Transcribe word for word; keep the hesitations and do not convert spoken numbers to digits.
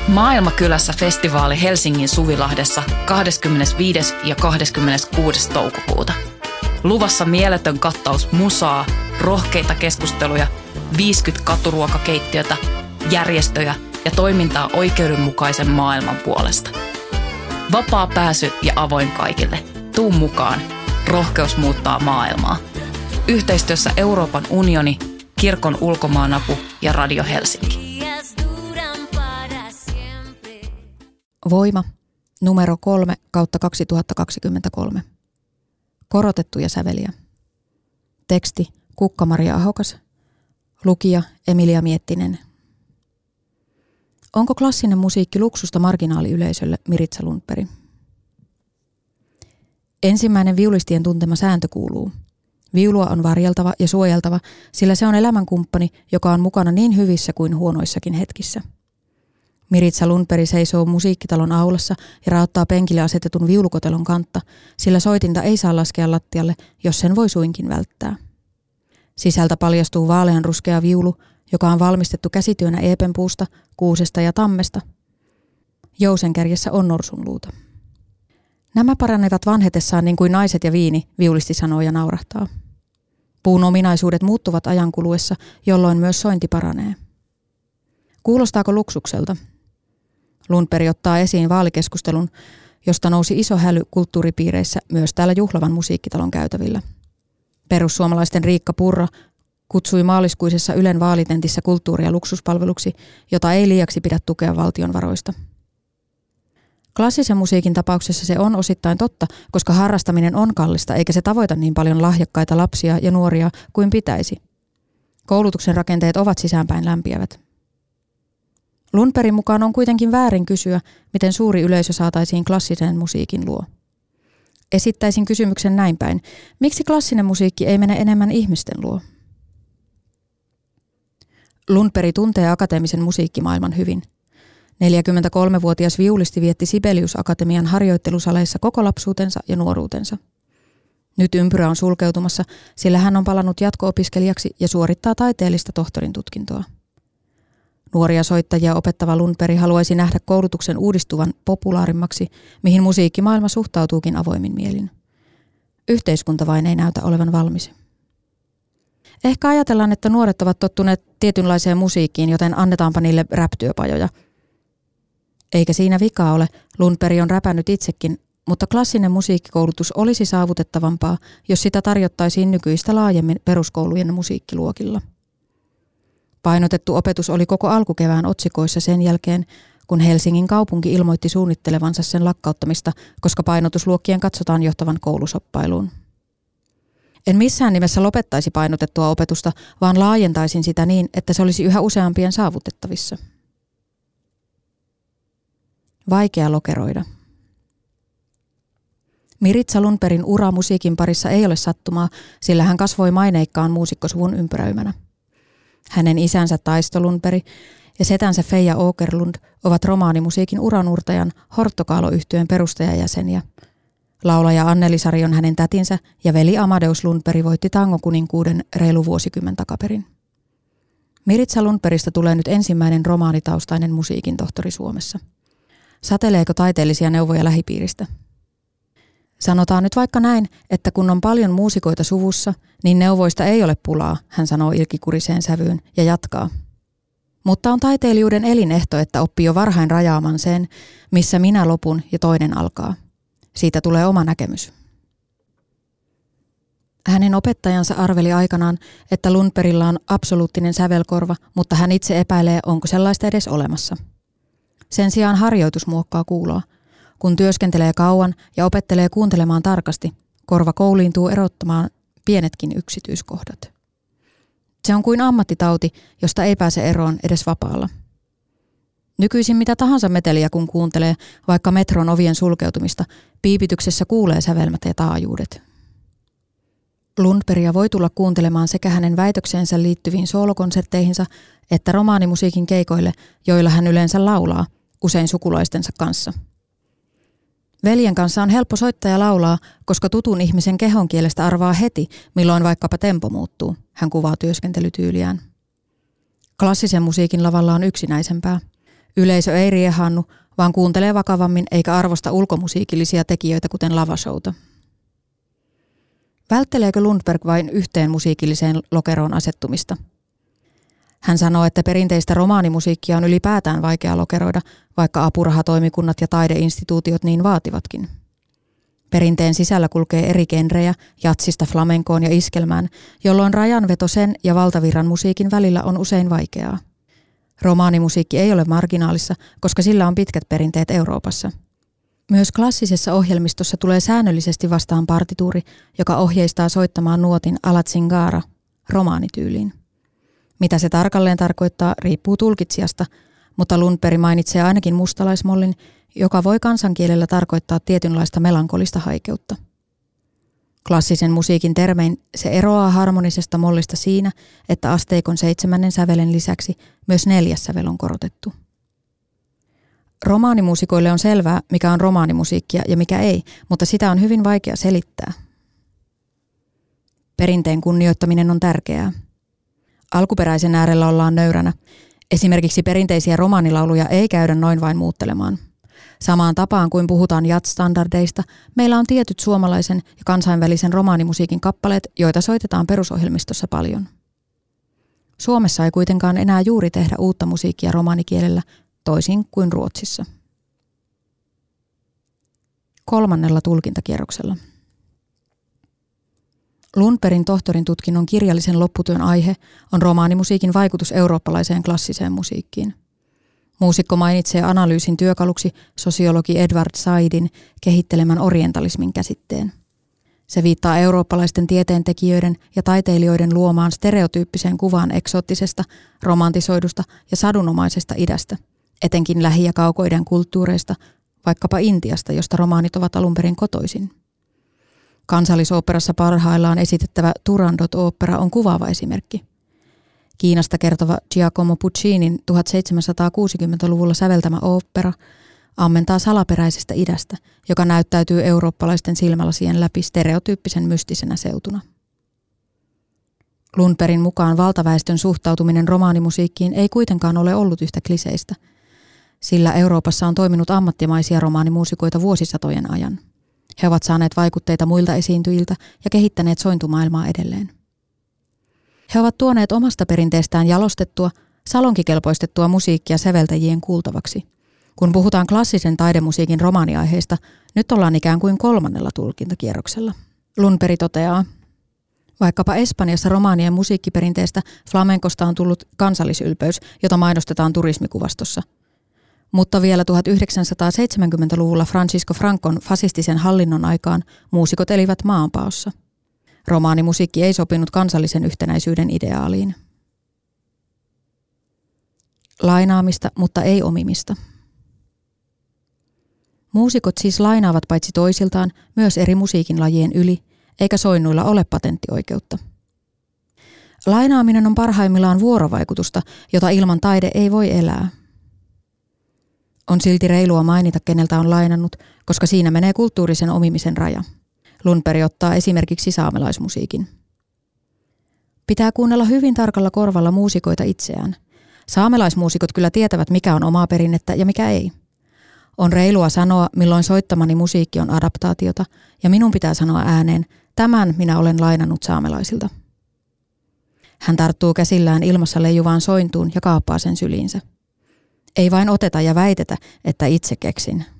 Maailmakylässä festivaali Helsingin Suvilahdessa kahdeskymmenesviides ja kahdeskymmeneskuudes toukokuuta. Luvassa mieletön kattaus musaa, rohkeita keskusteluja, viisikymmentä katuruokakeittiötä, järjestöjä ja toimintaa oikeudenmukaisen maailman puolesta. Vapaa pääsy ja avoin kaikille. Tuu mukaan. Rohkeus muuttaa maailmaa. Yhteistyössä Euroopan unioni, Kirkon ulkomaanapu ja Radio Helsinki. Voima, numero kolme kautta kaksituhattakaksikymmentäkolme. Korotettuja säveliä. Teksti Kukka-Maria Ahokas. Lukija Emilia Miettinen. Onko klassinen musiikki luksusta marginaaliyleisölle, Miritsa Lundberg? Ensimmäinen viulistien tuntema sääntö kuuluu. Viulua on varjeltava ja suojeltava, sillä se on elämänkumppani, joka on mukana niin hyvissä kuin huonoissakin hetkissä. Miritsa Lundberg seisoo musiikkitalon aulassa ja raottaa penkille asetetun viulukotelon kantta, sillä soitinta ei saa laskea lattialle, jos sen voi suinkin välttää. Sisältä paljastuu vaaleanruskea viulu, joka on valmistettu käsityönä eepenpuusta, kuusesta ja tammesta. Jousenkärjessä on norsunluuta. Nämä paranevat vanhetessaan niin kuin naiset ja viini, viulisti sanoo ja naurahtaa. Puun ominaisuudet muuttuvat ajan kuluessa, jolloin myös sointi paranee. Kuulostaako luksukselta? Lundberg ottaa esiin vaalikeskustelun, josta nousi iso häly kulttuuripiireissä myös täällä juhlavan musiikkitalon käytävillä. Perussuomalaisten Riikka Purra kutsui maaliskuisessa Ylen vaalitentissä kulttuuria luksuspalveluksi, jota ei liiaksi pidä tukea valtion varoista. Klassisen musiikin tapauksessa se on osittain totta, koska harrastaminen on kallista eikä se tavoita niin paljon lahjakkaita lapsia ja nuoria kuin pitäisi. Koulutuksen rakenteet ovat sisäänpäin lämpiävät. Lundbergin mukaan on kuitenkin väärin kysyä, miten suuri yleisö saataisiin klassisen musiikin luo. Esittäisin kysymyksen näin päin. Miksi klassinen musiikki ei mene enemmän ihmisten luo? Lundberg tuntee akateemisen musiikkimaailman hyvin. neljäkymmentäkolmevuotias viulisti vietti Sibelius Akatemian harjoittelusaleissa koko lapsuutensa ja nuoruutensa. Nyt ympyrä on sulkeutumassa, sillä hän on palannut jatko-opiskelijaksi ja suorittaa taiteellista tohtorin tutkintoa. Nuoria soittajia opettava Lundberg haluaisi nähdä koulutuksen uudistuvan populaarimmaksi, mihin musiikkimaailma suhtautuukin avoimin mielin. Yhteiskunta vain ei näytä olevan valmis. Ehkä ajatellaan, että nuoret ovat tottuneet tietynlaiseen musiikkiin, joten annetaanpa niille rap-työpajoja. Eikä siinä vikaa ole, Lundberg on räpännyt itsekin, mutta klassinen musiikkikoulutus olisi saavutettavampaa, jos sitä tarjottaisiin nykyistä laajemmin peruskoulujen musiikkiluokilla. Painotettu opetus oli koko alkukevään otsikoissa sen jälkeen, kun Helsingin kaupunki ilmoitti suunnittelevansa sen lakkauttamista, koska painotusluokkien katsotaan johtavan koulusoppailuun. En missään nimessä lopettaisi painotettua opetusta, vaan laajentaisin sitä niin, että se olisi yhä useampien saavutettavissa. Vaikea lokeroida. Miritsa Lundbergin ura musiikin parissa ei ole sattumaa, sillä hän kasvoi maineikkaan muusikkosuvun ympäröimänä. Hänen isänsä Taisto Lundberg ja setänsä Feija Åkerlund ovat romaanimusiikin uranurtajan Horttokaalo-yhtyeen perustajajäseniä. Laulaja Anneli Sari on hänen tätinsä ja veli Amadeus Lundberg voitti tangokuninkuuden reilu vuosikymmen takaperin. Miritsa Lundbergistä tulee nyt ensimmäinen romaanitaustainen musiikin tohtori Suomessa. Sateleeko taiteellisia neuvoja lähipiiristä? Sanotaan nyt vaikka näin, että kun on paljon muusikoita suvussa, niin neuvoista ei ole pulaa, hän sanoo ilkikuriseen sävyyn ja jatkaa. Mutta on taiteilijuuden elinehto, että oppii jo varhain rajaamaan sen, missä minä lopun ja toinen alkaa. Siitä tulee oma näkemys. Hänen opettajansa arveli aikanaan, että Lundbergilla on absoluuttinen sävelkorva, mutta hän itse epäilee, onko sellaista edes olemassa. Sen sijaan harjoitus muokkaa kuuloa. Kun työskentelee kauan ja opettelee kuuntelemaan tarkasti, korva kouliintuu erottamaan pienetkin yksityiskohdat. Se on kuin ammattitauti, josta ei pääse eroon edes vapaalla. Nykyisin mitä tahansa meteliä kun kuuntelee, vaikka metron ovien sulkeutumista, piipityksessä kuulee sävelmät ja taajuudet. Lundbergia voi tulla kuuntelemaan sekä hänen väitökseensä liittyviin soolokonsertteihinsa että romaanimusiikin keikoille, joilla hän yleensä laulaa, usein sukulaistensa kanssa. Veljen kanssa on helppo soittaa ja laulaa, koska tutun ihmisen kehon kielestä arvaa heti, milloin vaikkapa tempo muuttuu, hän kuvaa työskentelytyyliään. Klassisen musiikin lavalla on yksinäisempää. Yleisö ei riehannu, vaan kuuntelee vakavammin eikä arvosta ulkomusiikillisia tekijöitä, kuten lavashouta. Vältteleekö Lundberg vain yhteen musiikilliseen lokeroon asettumista? Hän sanoo, että perinteistä romaanimusiikkia on ylipäätään vaikea lokeroida, vaikka apurahatoimikunnat ja taideinstituutiot niin vaativatkin. Perinteen sisällä kulkee eri genrejä, jatsista flamenkoon ja iskelmään, jolloin rajanveto sen ja valtavirran musiikin välillä on usein vaikeaa. Romaanimusiikki ei ole marginaalissa, koska sillä on pitkät perinteet Euroopassa. Myös klassisessa ohjelmistossa tulee säännöllisesti vastaan partituuri, joka ohjeistaa soittamaan nuotin alla zingara, romaanityyliin. Mitä se tarkalleen tarkoittaa, riippuu tulkitsijasta, mutta Lundberg mainitsee ainakin mustalaismollin, joka voi kansankielellä tarkoittaa tietynlaista melankolista haikeutta. Klassisen musiikin termein se eroaa harmonisesta mollista siinä, että asteikon seitsemännen sävelen lisäksi myös neljäs sävel on korotettu. Romaanimuusikoille on selvää, mikä on romaanimusiikkia ja mikä ei, mutta sitä on hyvin vaikea selittää. Perinteen kunnioittaminen on tärkeää. Alkuperäisen äärellä ollaan nöyränä. Esimerkiksi perinteisiä romaanilauluja ei käydä noin vain muuttelemaan. Samaan tapaan kuin puhutaan jazz-standardeista, meillä on tietyt suomalaisen ja kansainvälisen romaanimusiikin kappaleet, joita soitetaan perusohjelmistossa paljon. Suomessa ei kuitenkaan enää juuri tehdä uutta musiikkia romaanikielellä, toisin kuin Ruotsissa. Kolmannella tulkintakierroksella. Lundbergin tohtorin tutkinnon kirjallisen lopputyön aihe on romaanimusiikin vaikutus eurooppalaiseen klassiseen musiikkiin. Muusikko mainitsee analyysin työkaluksi sosiologi Edward Saidin kehittelemän orientalismin käsitteen. Se viittaa eurooppalaisten tieteentekijöiden ja taiteilijoiden luomaan stereotyyppiseen kuvaan eksoottisesta, romantisoidusta ja sadunomaisesta idästä, etenkin lähi- ja kaukoidän kulttuureista, vaikkapa Intiasta, josta romaanit ovat alun perin kotoisin. Kansallisoopperassa parhaillaan esitettävä Turandot-ooppera on kuvaava esimerkki. Kiinasta kertova Giacomo Puccinin tuhatseitsemänsataakuusikymmentäluvulla säveltämä ooppera ammentaa salaperäisestä idästä, joka näyttäytyy eurooppalaisten silmälasien läpi stereotyyppisen mystisenä seutuna. Lundbergin mukaan valtaväestön suhtautuminen romaanimusiikkiin ei kuitenkaan ole ollut yhtä kliseistä, sillä Euroopassa on toiminut ammattimaisia romaanimuusikoita vuosisatojen ajan. He ovat saaneet vaikutteita muilta esiintyjiltä ja kehittäneet sointumaailmaa edelleen. He ovat tuoneet omasta perinteestään jalostettua, salonkikelpoistettua musiikkia säveltäjien kuultavaksi. Kun puhutaan klassisen taidemusiikin romaaniaiheista, nyt ollaan ikään kuin kolmannella tulkintakierroksella. Lundberg toteaa, vaikkapa Espanjassa romaanien musiikkiperinteestä flamenkosta on tullut kansallisylpeys, jota mainostetaan turismikuvastossa. Mutta vielä tuhatyhdeksänsataaseitsemänkymmentäluvulla Francisco Francon fasistisen hallinnon aikaan muusikot elivät maanpaossa. Romaanimusiikki ei sopinut kansallisen yhtenäisyyden ideaaliin. Lainaamista, mutta ei omimista. Muusikot siis lainaavat paitsi toisiltaan myös eri musiikin lajien yli, eikä soinnuilla ole patenttioikeutta. Lainaaminen on parhaimmillaan vuorovaikutusta, jota ilman taide ei voi elää. On silti reilua mainita, keneltä on lainannut, koska siinä menee kulttuurisen omimisen raja. Lundberg ottaa esimerkiksi saamelaismusiikin. Pitää kuunnella hyvin tarkalla korvalla muusikoita itseään. Saamelaismuusikot kyllä tietävät, mikä on omaa perinnettä ja mikä ei. On reilua sanoa, milloin soittamani musiikki on adaptaatiota, ja minun pitää sanoa ääneen, tämän minä olen lainannut saamelaisilta. Hän tarttuu käsillään ilmassa leijuvaan sointuun ja kaappaa sen syliinsä. Ei vain oteta ja väitetä, että itse keksin.